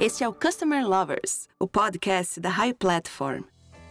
Este é o Customer Lovers, o podcast da High Platform.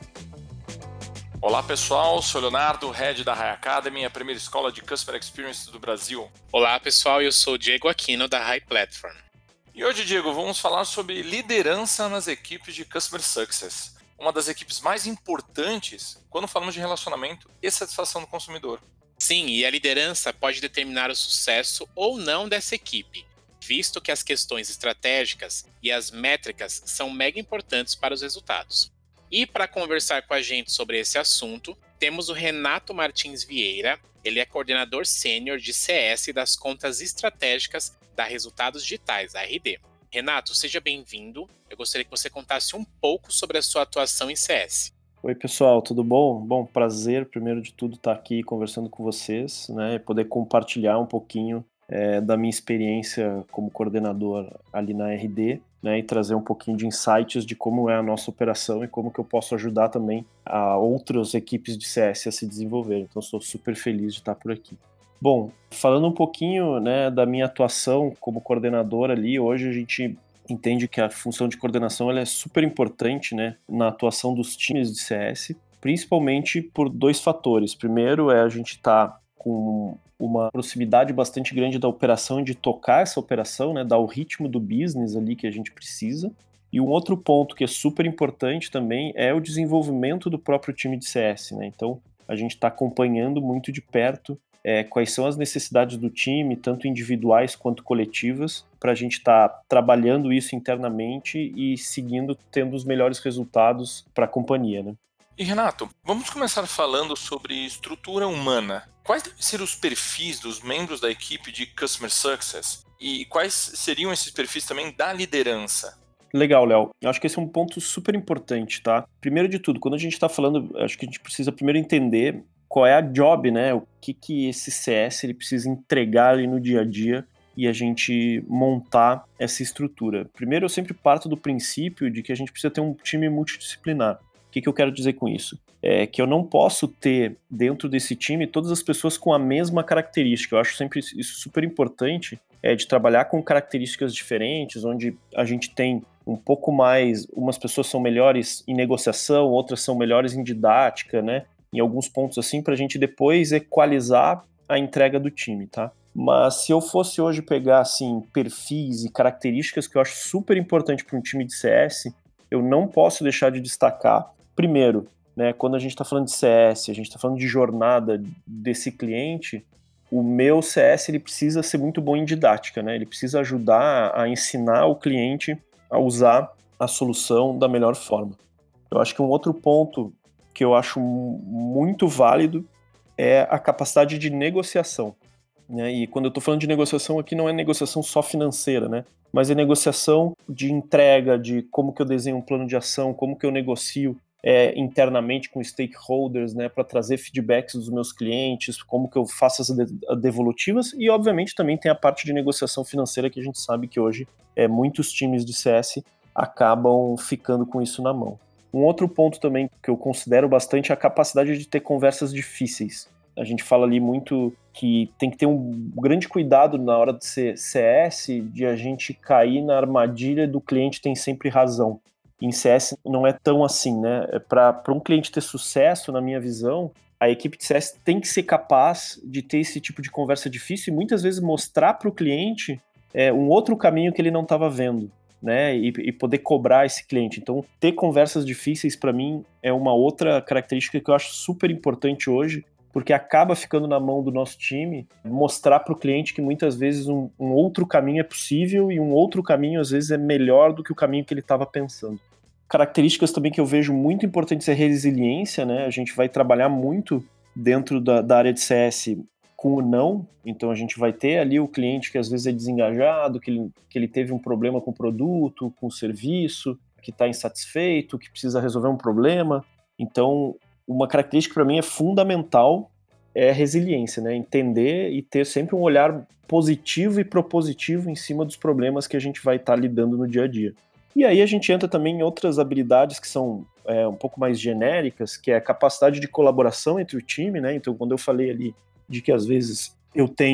Olá pessoal, sou Leonardo, Head da High Academy, a primeira escola de Customer Experience do Brasil. Olá pessoal, eu sou o Diego Aquino da High Platform. E hoje, Diego, vamos falar sobre liderança nas equipes de Customer Success, uma das equipes mais importantes quando falamos de relacionamento e satisfação do consumidor. Sim, e a liderança pode determinar o sucesso ou não dessa equipe, visto que as questões estratégicas e as métricas são mega importantes para os resultados. E para conversar com a gente sobre esse assunto, temos o Renato Martins Vieira. Ele é coordenador sênior de CS das contas estratégicas da Resultados Digitais, a RD. Renato, seja bem-vindo. Eu gostaria que você contasse um pouco sobre a sua atuação em CS. Oi pessoal, tudo bom? Bom, prazer, primeiro de tudo, estar aqui conversando com vocês, né, e poder compartilhar um pouquinho da minha experiência como coordenador ali na RD, né, e trazer um pouquinho de insights de como é a nossa operação e como que eu posso ajudar também a outras equipes de CS a se desenvolver. Então, estou super feliz de estar por aqui. Bom, falando um pouquinho, né, da minha atuação como coordenador ali, hoje a gente entende que a função de coordenação ela é super importante, né, na atuação dos times de CS, principalmente por dois fatores. Primeiro é a gente estar com uma proximidade bastante grande da operação, de tocar essa operação, né, dar o ritmo do business ali que a gente precisa. E um outro ponto que é super importante também é o desenvolvimento do próprio time de CS, né? Então, a gente está acompanhando muito de perto quais são as necessidades do time, tanto individuais quanto coletivas, para a gente estar trabalhando isso internamente e seguindo, tendo os melhores resultados para a companhia, né? E Renato, vamos começar falando sobre estrutura humana. Quais devem ser os perfis dos membros da equipe de Customer Success? E quais seriam esses perfis também da liderança? Legal, Léo. Eu acho que esse é um ponto super importante, tá? Primeiro de tudo, quando a gente está falando, acho que a gente precisa primeiro entender qual é a job, né? O que esse CS ele precisa entregar ali no dia a dia e a gente montar essa estrutura. Primeiro, eu sempre parto do princípio de que a gente precisa ter um time multidisciplinar. O que eu quero dizer com isso? É que eu não posso ter dentro desse time todas as pessoas com a mesma característica. Eu acho sempre isso super importante, de trabalhar com características diferentes, onde a gente tem um pouco mais, umas pessoas são melhores em negociação, outras são melhores em didática, né? Em alguns pontos assim, para a gente depois equalizar a entrega do time, tá? Mas se eu fosse hoje pegar assim perfis e características que eu acho super importante para um time de CS, eu não posso deixar de destacar. Primeiro, né, quando a gente está falando de CS, a gente está falando de jornada desse cliente, o meu CS ele precisa ser muito bom em didática, né? Ele precisa ajudar a ensinar o cliente a usar a solução da melhor forma. Eu acho que um outro ponto que eu acho muito válido é a capacidade de negociação, né? E quando eu estou falando de negociação aqui, não é negociação só financeira, né? Mas é negociação de entrega, de como que eu desenho um plano de ação, como que eu negocio internamente com stakeholders, né, para trazer feedbacks dos meus clientes, como que eu faço as devolutivas, e obviamente também tem a parte de negociação financeira que a gente sabe que hoje muitos times de CS acabam ficando com isso na mão. Um outro ponto também que eu considero bastante é a capacidade de ter conversas difíceis. A gente fala ali muito que tem que ter um grande cuidado na hora de ser CS, de a gente cair na armadilha do cliente tem sempre razão. Em CS não é tão assim, né? Para um cliente ter sucesso, na minha visão, a equipe de CS tem que ser capaz de ter esse tipo de conversa difícil e muitas vezes mostrar para o cliente um outro caminho que ele não estava vendo, né? E poder cobrar esse cliente. Então, ter conversas difíceis, para mim, é uma outra característica que eu acho super importante hoje, porque acaba ficando na mão do nosso time mostrar para o cliente que muitas vezes um outro caminho é possível e um outro caminho, às vezes, é melhor do que o caminho que ele estava pensando. Características também que eu vejo muito importantes é resiliência, né? A gente vai trabalhar muito dentro da área de CS com o não, então a gente vai ter ali o cliente que às vezes é desengajado, que ele teve um problema com o produto, com o serviço, que está insatisfeito, que precisa resolver um problema. Então, uma característica para mim é fundamental é a resiliência, né? Entender e ter sempre um olhar positivo e propositivo em cima dos problemas que a gente vai estar lidando no dia a dia. E aí a gente entra também em outras habilidades que são um pouco mais genéricas, que é a capacidade de colaboração entre o time, né? Então, quando eu falei ali de que às vezes eu tenha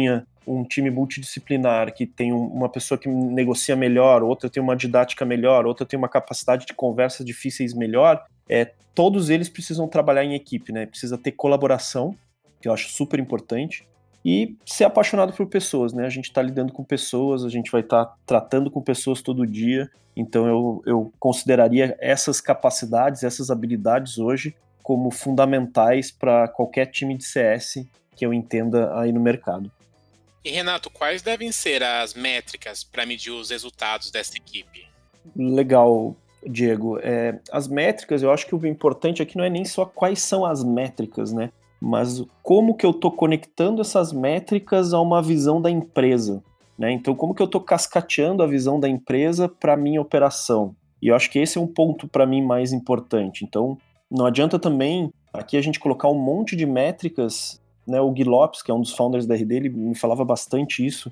um time multidisciplinar, que tem uma pessoa que negocia melhor, outra tem uma didática melhor, outra tem uma capacidade de conversas difíceis melhor, todos eles precisam trabalhar em equipe, né? Precisa ter colaboração, que eu acho super importante, e ser apaixonado por pessoas, né? A gente está lidando com pessoas, a gente vai estar tratando com pessoas todo dia, então eu consideraria essas capacidades, essas habilidades hoje como fundamentais para qualquer time de CS que eu entenda aí no mercado. E Renato, quais devem ser as métricas para medir os resultados dessa equipe? Legal, Diego. As métricas, eu acho que o importante aqui não é nem só quais são as métricas, né? Mas como que eu estou conectando essas métricas a uma visão da empresa, né? Então, como que eu estou cascateando a visão da empresa para a minha operação? E eu acho que esse é um ponto para mim mais importante. Então, não adianta também aqui a gente colocar um monte de métricas, né? O Gui Lopes, que é um dos founders da RD, ele me falava bastante isso,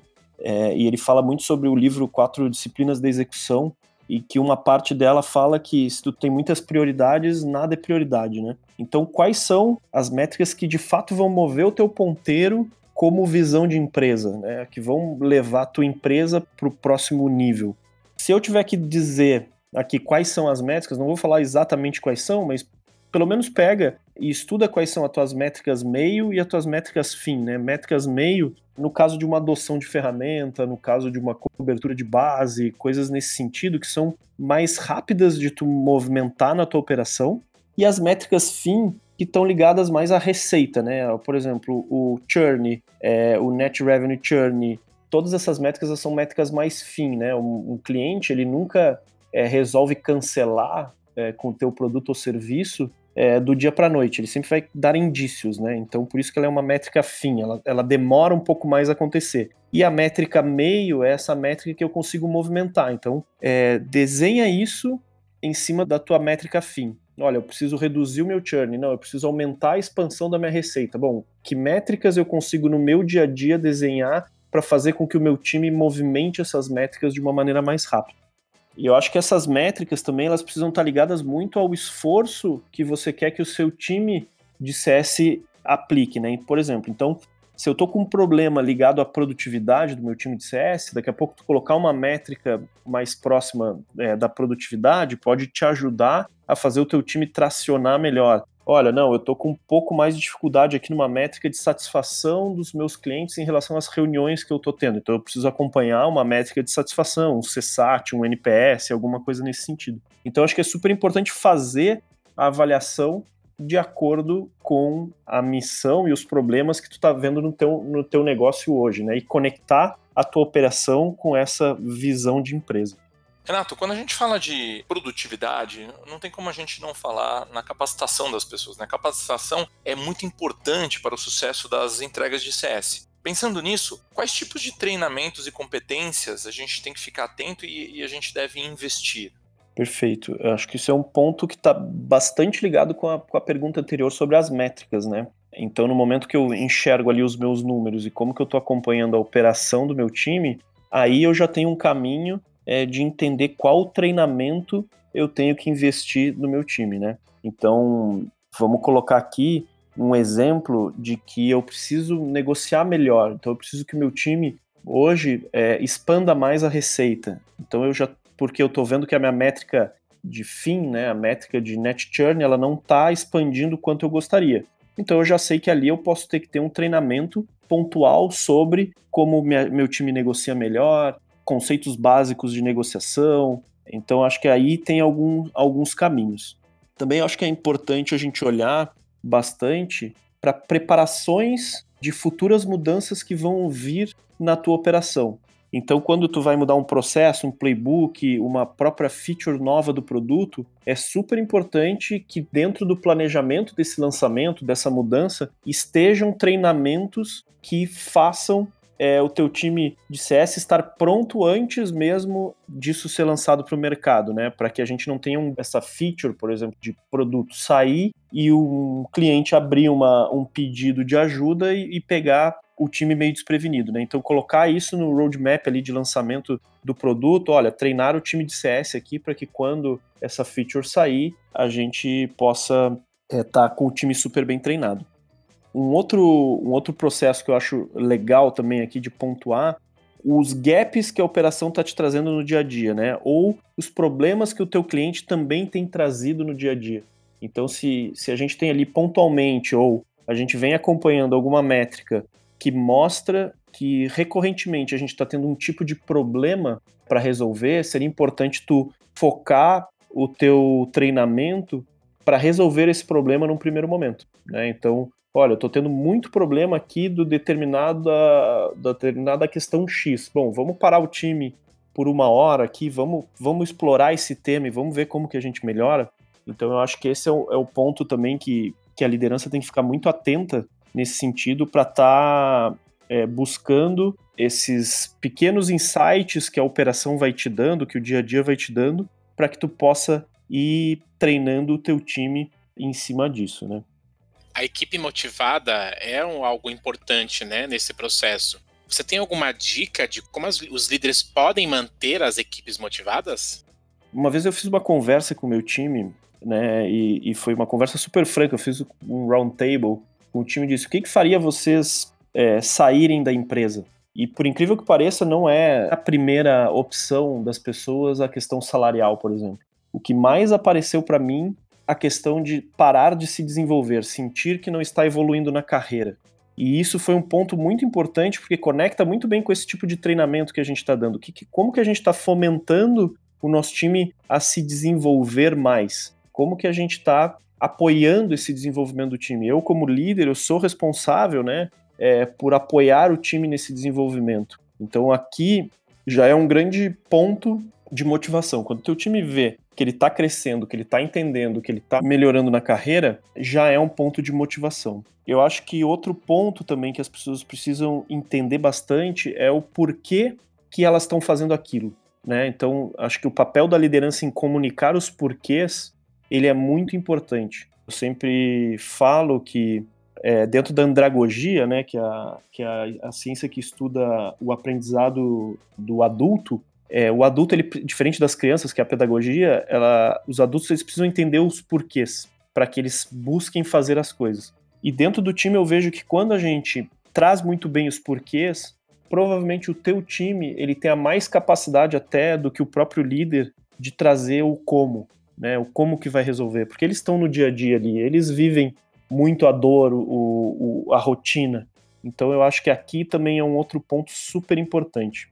e ele fala muito sobre o livro 4 Disciplinas da Execução, e que uma parte dela fala que se tu tem muitas prioridades, nada é prioridade, né? Então, quais são as métricas que de fato vão mover o teu ponteiro como visão de empresa, né? Que vão levar a tua empresa para o próximo nível? Se eu tiver que dizer aqui quais são as métricas, não vou falar exatamente quais são, mas pelo menos pega e estuda quais são as tuas métricas meio e as tuas métricas fim, né? Métricas meio, no caso de uma adoção de ferramenta, no caso de uma cobertura de base, coisas nesse sentido que são mais rápidas de tu movimentar na tua operação, e as métricas fim que estão ligadas mais à receita, né? Por exemplo, o churn, o net revenue churn, todas essas métricas são métricas mais fim, né? Um cliente, ele nunca resolve cancelar com o teu produto ou serviço do dia para a noite, ele sempre vai dar indícios, né? Então, por isso que ela é uma métrica fim, ela demora um pouco mais a acontecer. E a métrica meio é essa métrica que eu consigo movimentar. Então, desenha isso em cima da tua métrica fim. Olha, eu preciso reduzir o meu churn, não, eu preciso aumentar a expansão da minha receita. Bom, que métricas eu consigo no meu dia a dia desenhar para fazer com que o meu time movimente essas métricas de uma maneira mais rápida? E eu acho que essas métricas também elas precisam estar ligadas muito ao esforço que você quer que o seu time de CS aplique, né? Por exemplo, então, se eu estou com um problema ligado à produtividade do meu time de CS, daqui a pouco tu colocar uma métrica mais próxima da produtividade pode te ajudar a fazer o teu time tracionar melhor. Olha, não, eu estou com um pouco mais de dificuldade aqui numa métrica de satisfação dos meus clientes em relação às reuniões que eu estou tendo. Então eu preciso acompanhar uma métrica de satisfação, um CSAT, um NPS, alguma coisa nesse sentido. Então acho que é super importante fazer a avaliação de acordo com a missão e os problemas que tu está vendo no teu negócio hoje, né? E conectar a tua operação com essa visão de empresa. Renato, quando a gente fala de produtividade, não tem como a gente não falar na capacitação das pessoas, né? A capacitação é muito importante para o sucesso das entregas de CS. Pensando nisso, quais tipos de treinamentos e competências a gente tem que ficar atento e a gente deve investir? Perfeito. Eu acho que isso é um ponto que está bastante ligado com a pergunta anterior sobre as métricas, né? Então, no momento que eu enxergo ali os meus números e como que eu estou acompanhando a operação do meu time, aí eu já tenho um caminho de entender qual treinamento eu tenho que investir no meu time, né? Então, vamos colocar aqui um exemplo de que eu preciso negociar melhor. Então, eu preciso que o meu time hoje expanda mais a receita. Então, porque eu estou vendo que a minha métrica de fim, né, a métrica de net churn, ela não está expandindo o quanto eu gostaria. Então, eu já sei que ali eu posso ter que ter um treinamento pontual sobre como meu time negocia melhor, conceitos básicos de negociação. Então, acho que aí tem alguns caminhos. Também acho que é importante a gente olhar bastante para preparações de futuras mudanças que vão vir na tua operação. Então, quando tu vai mudar um processo, um playbook, uma própria feature nova do produto, é super importante que dentro do planejamento desse lançamento, dessa mudança, estejam treinamentos que façam o teu time de CS estar pronto antes mesmo disso ser lançado para o mercado, né? Para que a gente não tenha essa feature, por exemplo, de produto sair e um cliente abrir um pedido de ajuda e pegar o time meio desprevenido, né? Então colocar isso no roadmap ali de lançamento do produto, olha, treinar o time de CS aqui para que quando essa feature sair, a gente possa estar com o time super bem treinado. Um outro processo que eu acho legal também aqui de pontuar, os gaps que a operação está te trazendo no dia a dia, né? Ou os problemas que o teu cliente também tem trazido no dia a dia. Então, se a gente tem ali pontualmente, ou a gente vem acompanhando alguma métrica que mostra que recorrentemente a gente está tendo um tipo de problema para resolver, seria importante tu focar o teu treinamento para resolver esse problema num primeiro momento, né? Então, olha, eu estou tendo muito problema aqui da determinada questão X. Bom, vamos parar o time por uma hora aqui, vamos explorar esse tema e vamos ver como que a gente melhora. Então eu acho que esse é o ponto também que a liderança tem que ficar muito atenta nesse sentido para estar buscando esses pequenos insights que a operação vai te dando, que o dia a dia vai te dando, para que tu possa ir treinando o teu time em cima disso, né? A equipe motivada é algo importante, né, nesse processo. Você tem alguma dica de como os líderes podem manter as equipes motivadas? Uma vez eu fiz uma conversa com o meu time, né, e foi uma conversa super franca. Eu fiz um round table com o time e disse: o que faria vocês saírem da empresa? E por incrível que pareça, não é a primeira opção das pessoas a questão salarial, por exemplo. O que mais apareceu para mim, a questão de parar de se desenvolver, sentir que não está evoluindo na carreira. E isso foi um ponto muito importante, porque conecta muito bem com esse tipo de treinamento que a gente está dando. Como que a gente está fomentando o nosso time a se desenvolver mais? Como que a gente está apoiando esse desenvolvimento do time? Eu, como líder, eu sou responsável, né, por apoiar o time nesse desenvolvimento. Então aqui já é um grande ponto de motivação. Quando o teu time vê que ele está crescendo, que ele está entendendo, que ele está melhorando na carreira, já é um ponto de motivação. Eu acho que outro ponto também que as pessoas precisam entender bastante é o porquê que elas estão fazendo aquilo, né? Então, acho que o papel da liderança em comunicar os porquês, ele é muito importante. Eu sempre falo que dentro da andragogia, né, que é a ciência que estuda o aprendizado do adulto, o adulto, ele, diferente das crianças, que é a pedagogia, os adultos eles precisam entender os porquês para que eles busquem fazer as coisas. E dentro do time eu vejo que quando a gente traz muito bem os porquês, provavelmente o teu time ele tem a mais capacidade até do que o próprio líder de trazer o como, né? O como que vai resolver, porque eles estão no dia a dia ali, eles vivem muito a dor, a rotina. Então eu acho que aqui também é um outro ponto super importante.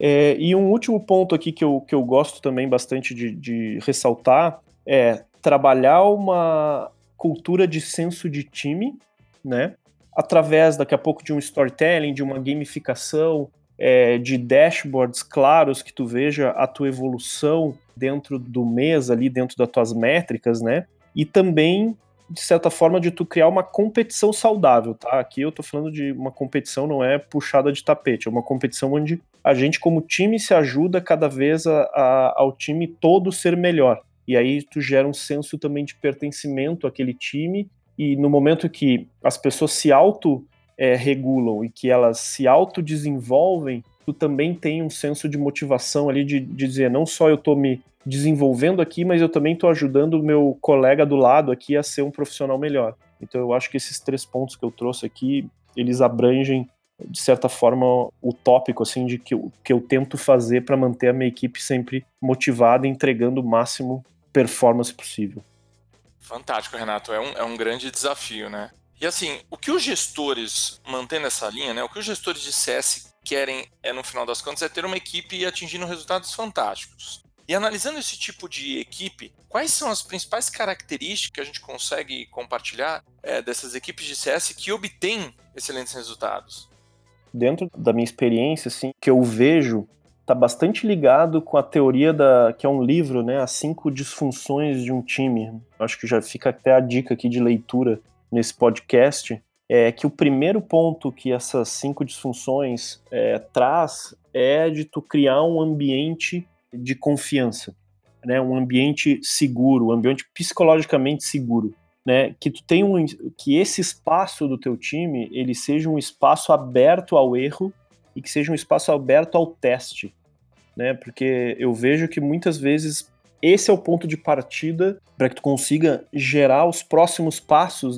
E um último ponto aqui que eu gosto também bastante de ressaltar é trabalhar uma cultura de senso de time, né? Através, daqui a pouco, de um storytelling, de uma gamificação, de dashboards claros que tu veja a tua evolução dentro do mês ali, dentro das tuas métricas, né? E também, de certa forma, de tu criar uma competição saudável, tá? Aqui eu tô falando de uma competição, não é puxada de tapete, é uma competição onde a gente como time se ajuda cada vez ao time todo ser melhor. E aí tu gera um senso também de pertencimento àquele time, e no momento que as pessoas se auto-regulam e que elas se autodesenvolvem, tu também tem um senso de motivação ali de dizer, não só eu tô me desenvolvendo aqui, mas eu também tô ajudando o meu colega do lado aqui a ser um profissional melhor. Então eu acho que esses 3 pontos que eu trouxe aqui, eles abrangem de certa forma, o tópico assim, de que eu tento fazer para manter a minha equipe sempre motivada e entregando o máximo performance possível. Fantástico, Renato. É um grande desafio, né? E assim, o que os gestores, mantendo essa linha, né? O que os gestores de CS querem, no final das contas, é ter uma equipe atingindo resultados fantásticos. E analisando esse tipo de equipe, quais são as principais características que a gente consegue compartilhar dessas equipes de CS que obtêm excelentes resultados? Dentro da minha experiência, assim, que eu vejo, está bastante ligado com a teoria que é um livro, né, As 5 Disfunções de um Time. Acho que já fica até a dica aqui de leitura nesse podcast, é que o primeiro ponto que essas 5 disfunções traz é de tu criar um ambiente de confiança, né, um ambiente seguro, um ambiente psicologicamente seguro. Né, que tu tem que esse espaço do teu time ele seja um espaço aberto ao erro e que seja um espaço aberto ao teste, né? Porque eu vejo que muitas vezes esse é o ponto de partida para que tu consiga gerar os próximos passos, né?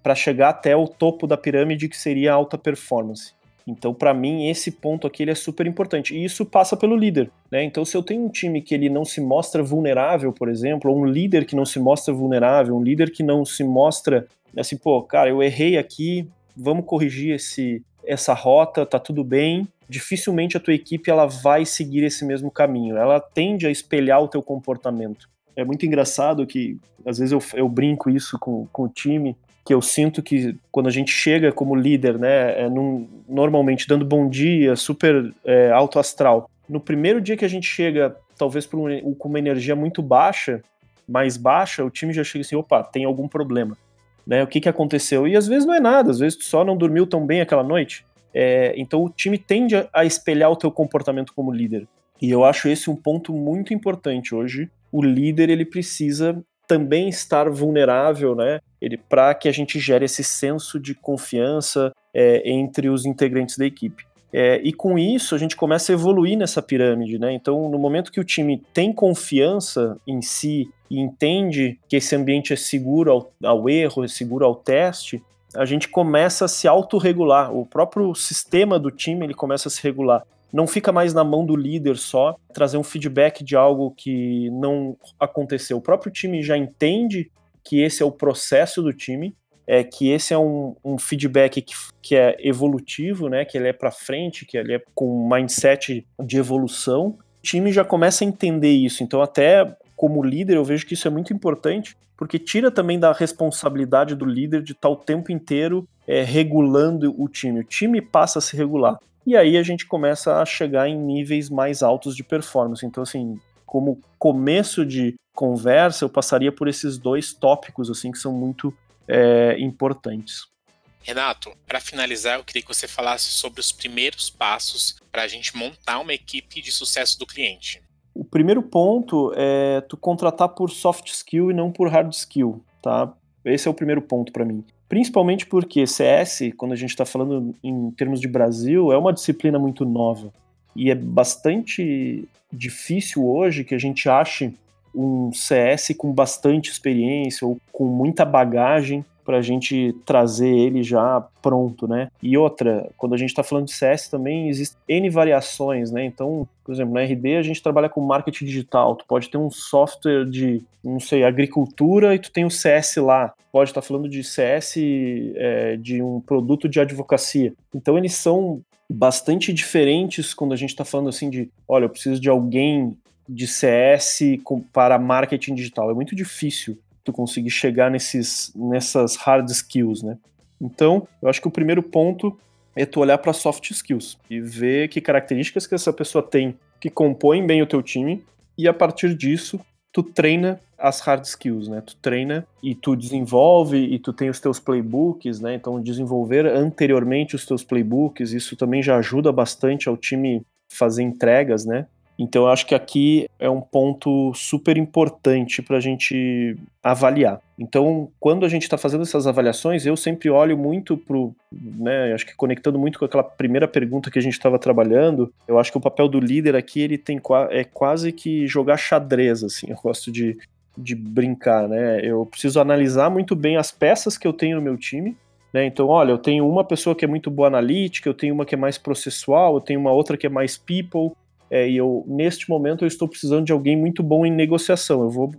para chegar até o topo da pirâmide, que seria a alta performance. Então, para mim, esse ponto aqui ele é super importante. E isso passa pelo líder, né? Então, se eu tenho um time que ele não se mostra vulnerável, por exemplo, ou um líder que não se mostra vulnerável, um líder que não se mostra assim, pô, cara, eu errei aqui, vamos corrigir essa rota, tá tudo bem. Dificilmente a tua equipe ela vai seguir esse mesmo caminho. Ela tende a espelhar o teu comportamento. É muito engraçado que, às vezes, eu brinco isso com o time, que eu sinto que quando a gente chega como líder, né, normalmente dando bom dia, super alto astral, no primeiro dia que a gente chega, talvez com uma energia muito baixa, mais baixa, o time já chega assim, opa, tem algum problema, né, o que aconteceu? E às vezes não é nada, às vezes tu só não dormiu tão bem aquela noite. Então o time tende a espelhar o teu comportamento como líder. E eu acho esse um ponto muito importante hoje. O líder, ele precisa também estar vulnerável, né? Para que a gente gere esse senso de confiança entre os integrantes da equipe. E com isso a gente começa a evoluir nessa pirâmide, né? Então, no momento que o time tem confiança em si e entende que esse ambiente é seguro ao erro, é seguro ao teste, a gente começa a se autorregular. O próprio sistema do time ele começa a se regular. Não fica mais na mão do líder só trazer um feedback de algo que não aconteceu. O próprio time já entende que esse é o processo do time, que esse é um feedback que é evolutivo, né? Que ele é para frente, que ele é com um mindset de evolução. O time já começa a entender isso. Então, até como líder, eu vejo que isso é muito importante, porque tira também da responsabilidade do líder de estar o tempo inteiro regulando o time. O time passa a se regular. E aí a gente começa a chegar em níveis mais altos de performance. Então, assim, como começo de conversa, eu passaria por esses dois tópicos, assim, que são muito importantes. Renato, para finalizar, eu queria que você falasse sobre os primeiros passos para a gente montar uma equipe de sucesso do cliente. O primeiro ponto é tu contratar por soft skill e não por hard skill, tá? Esse é o primeiro ponto para mim. Principalmente porque CS, quando a gente está falando em termos de Brasil, é uma disciplina muito nova. E é bastante difícil hoje que a gente ache um CS com bastante experiência ou com muita bagagem para a gente trazer ele já pronto, né? E outra, quando a gente está falando de CS também existem N variações, né? Então, por exemplo, na RD a gente trabalha com marketing digital, tu pode ter um software de, não sei, agricultura e tu tem o CS lá, pode estar falando de CS de um produto de advocacia. Então eles são bastante diferentes quando a gente está falando assim de, olha, eu preciso de alguém de CS para marketing digital. É muito difícil tu conseguir chegar nessas hard skills, né? Então, eu acho que o primeiro ponto é tu olhar para soft skills e ver que características que essa pessoa tem que compõem bem o teu time e a partir disso tu treina as hard skills, né? Tu treina e tu desenvolve e tu tem os teus playbooks, né? Então, desenvolver anteriormente os teus playbooks, isso também já ajuda bastante ao time fazer entregas, né? Então, eu acho que aqui é um ponto super importante para a gente avaliar. Então, quando a gente está fazendo essas avaliações, eu sempre olho muito né, acho que conectando muito com aquela primeira pergunta que a gente estava trabalhando, eu acho que o papel do líder aqui, ele é quase que jogar xadrez, assim, eu gosto de brincar, né? Eu preciso analisar muito bem as peças que eu tenho no meu time, né? Então, olha, eu tenho uma pessoa que é muito boa analítica, eu tenho uma que é mais processual, eu tenho uma outra que é mais people, e neste momento eu estou precisando de alguém muito bom em negociação. Eu vou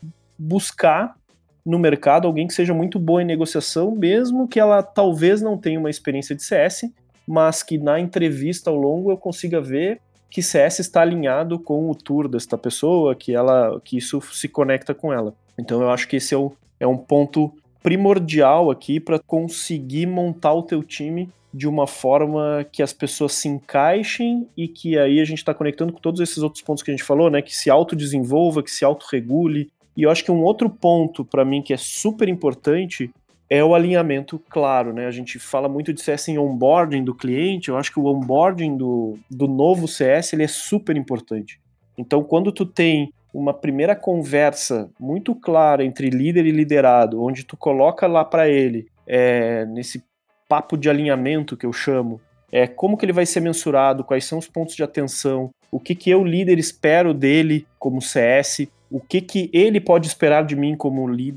buscar no mercado alguém que seja muito boa em negociação, mesmo que ela talvez não tenha uma experiência de CS, mas que na entrevista ao longo eu consiga ver que CS está alinhado com o tour desta pessoa, que isso se conecta com ela. Então eu acho que esse é um ponto primordial aqui para conseguir montar o teu time de uma forma que as pessoas se encaixem e que aí a gente está conectando com todos esses outros pontos que a gente falou, né? Que se autodesenvolva, que se autorregule. E eu acho que um outro ponto para mim que é super importante é o alinhamento claro, né? A gente fala muito de CS em onboarding do cliente, eu acho que o onboarding do novo CS ele é super importante. Então, quando tu tem uma primeira conversa muito clara entre líder e liderado, onde tu coloca lá para ele, nesse papo de alinhamento que eu chamo, como que ele vai ser mensurado, quais são os pontos de atenção, o que eu, líder, espero dele como CS, o que ele pode esperar de mim como líder,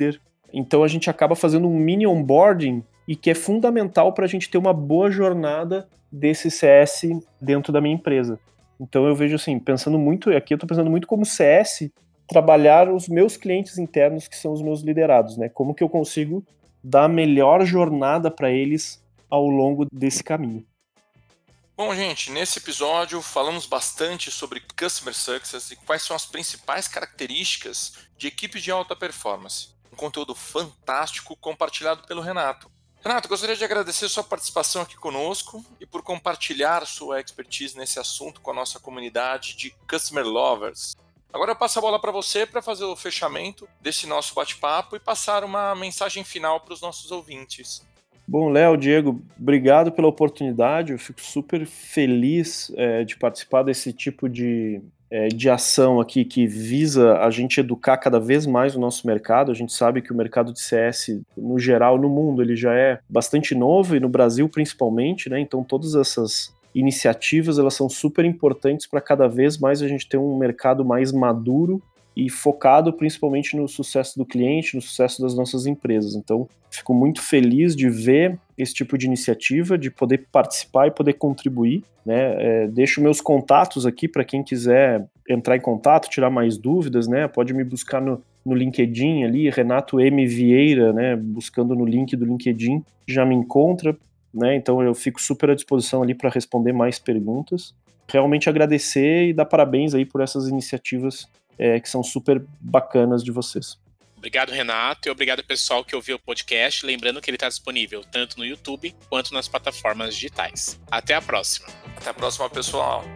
Então a gente acaba fazendo um mini onboarding e que é fundamental para a gente ter uma boa jornada desse CS dentro da minha empresa. Então eu vejo assim, pensando muito, aqui eu estou pensando muito como CS, trabalhar os meus clientes internos, que são os meus liderados, né? Como que eu consigo dar a melhor jornada para eles ao longo desse caminho. Bom, gente, nesse episódio falamos bastante sobre Customer Success e quais são as principais características de equipes de alta performance. Um conteúdo fantástico compartilhado pelo Renato. Renato, gostaria de agradecer sua participação aqui conosco e por compartilhar sua expertise nesse assunto com a nossa comunidade de Customer Lovers. Agora eu passo a bola para você para fazer o fechamento desse nosso bate-papo e passar uma mensagem final para os nossos ouvintes. Bom, Léo, Diego, obrigado pela oportunidade. Eu fico super feliz de participar desse tipo de ação aqui que visa a gente educar cada vez mais o nosso mercado. A gente sabe que o mercado de CS, no geral, no mundo, ele já é bastante novo e no Brasil principalmente, né? Então todas essas iniciativas, elas são super importantes para cada vez mais a gente ter um mercado mais maduro e focado principalmente no sucesso do cliente, no sucesso das nossas empresas. Então, fico muito feliz de ver esse tipo de iniciativa, de poder participar e poder contribuir, né? Deixo meus contatos aqui para quem quiser entrar em contato, tirar mais dúvidas, né? Pode me buscar no LinkedIn ali, Renato M. Vieira, né? Buscando no link do LinkedIn, já me encontra, né? Então, eu fico super à disposição ali para responder mais perguntas. Realmente agradecer e dar parabéns aí por essas iniciativas que são super bacanas de vocês. Obrigado, Renato, e obrigado, pessoal, que ouviu o podcast. Lembrando que ele está disponível tanto no YouTube quanto nas plataformas digitais. Até a próxima. Até a próxima, pessoal.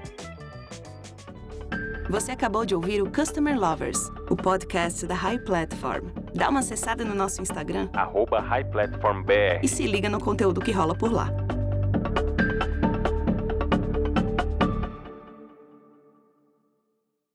Você acabou de ouvir o Customer Lovers, o podcast da High Platform. Dá uma acessada no nosso Instagram, @HighPlatformBR. e se liga no conteúdo que rola por lá.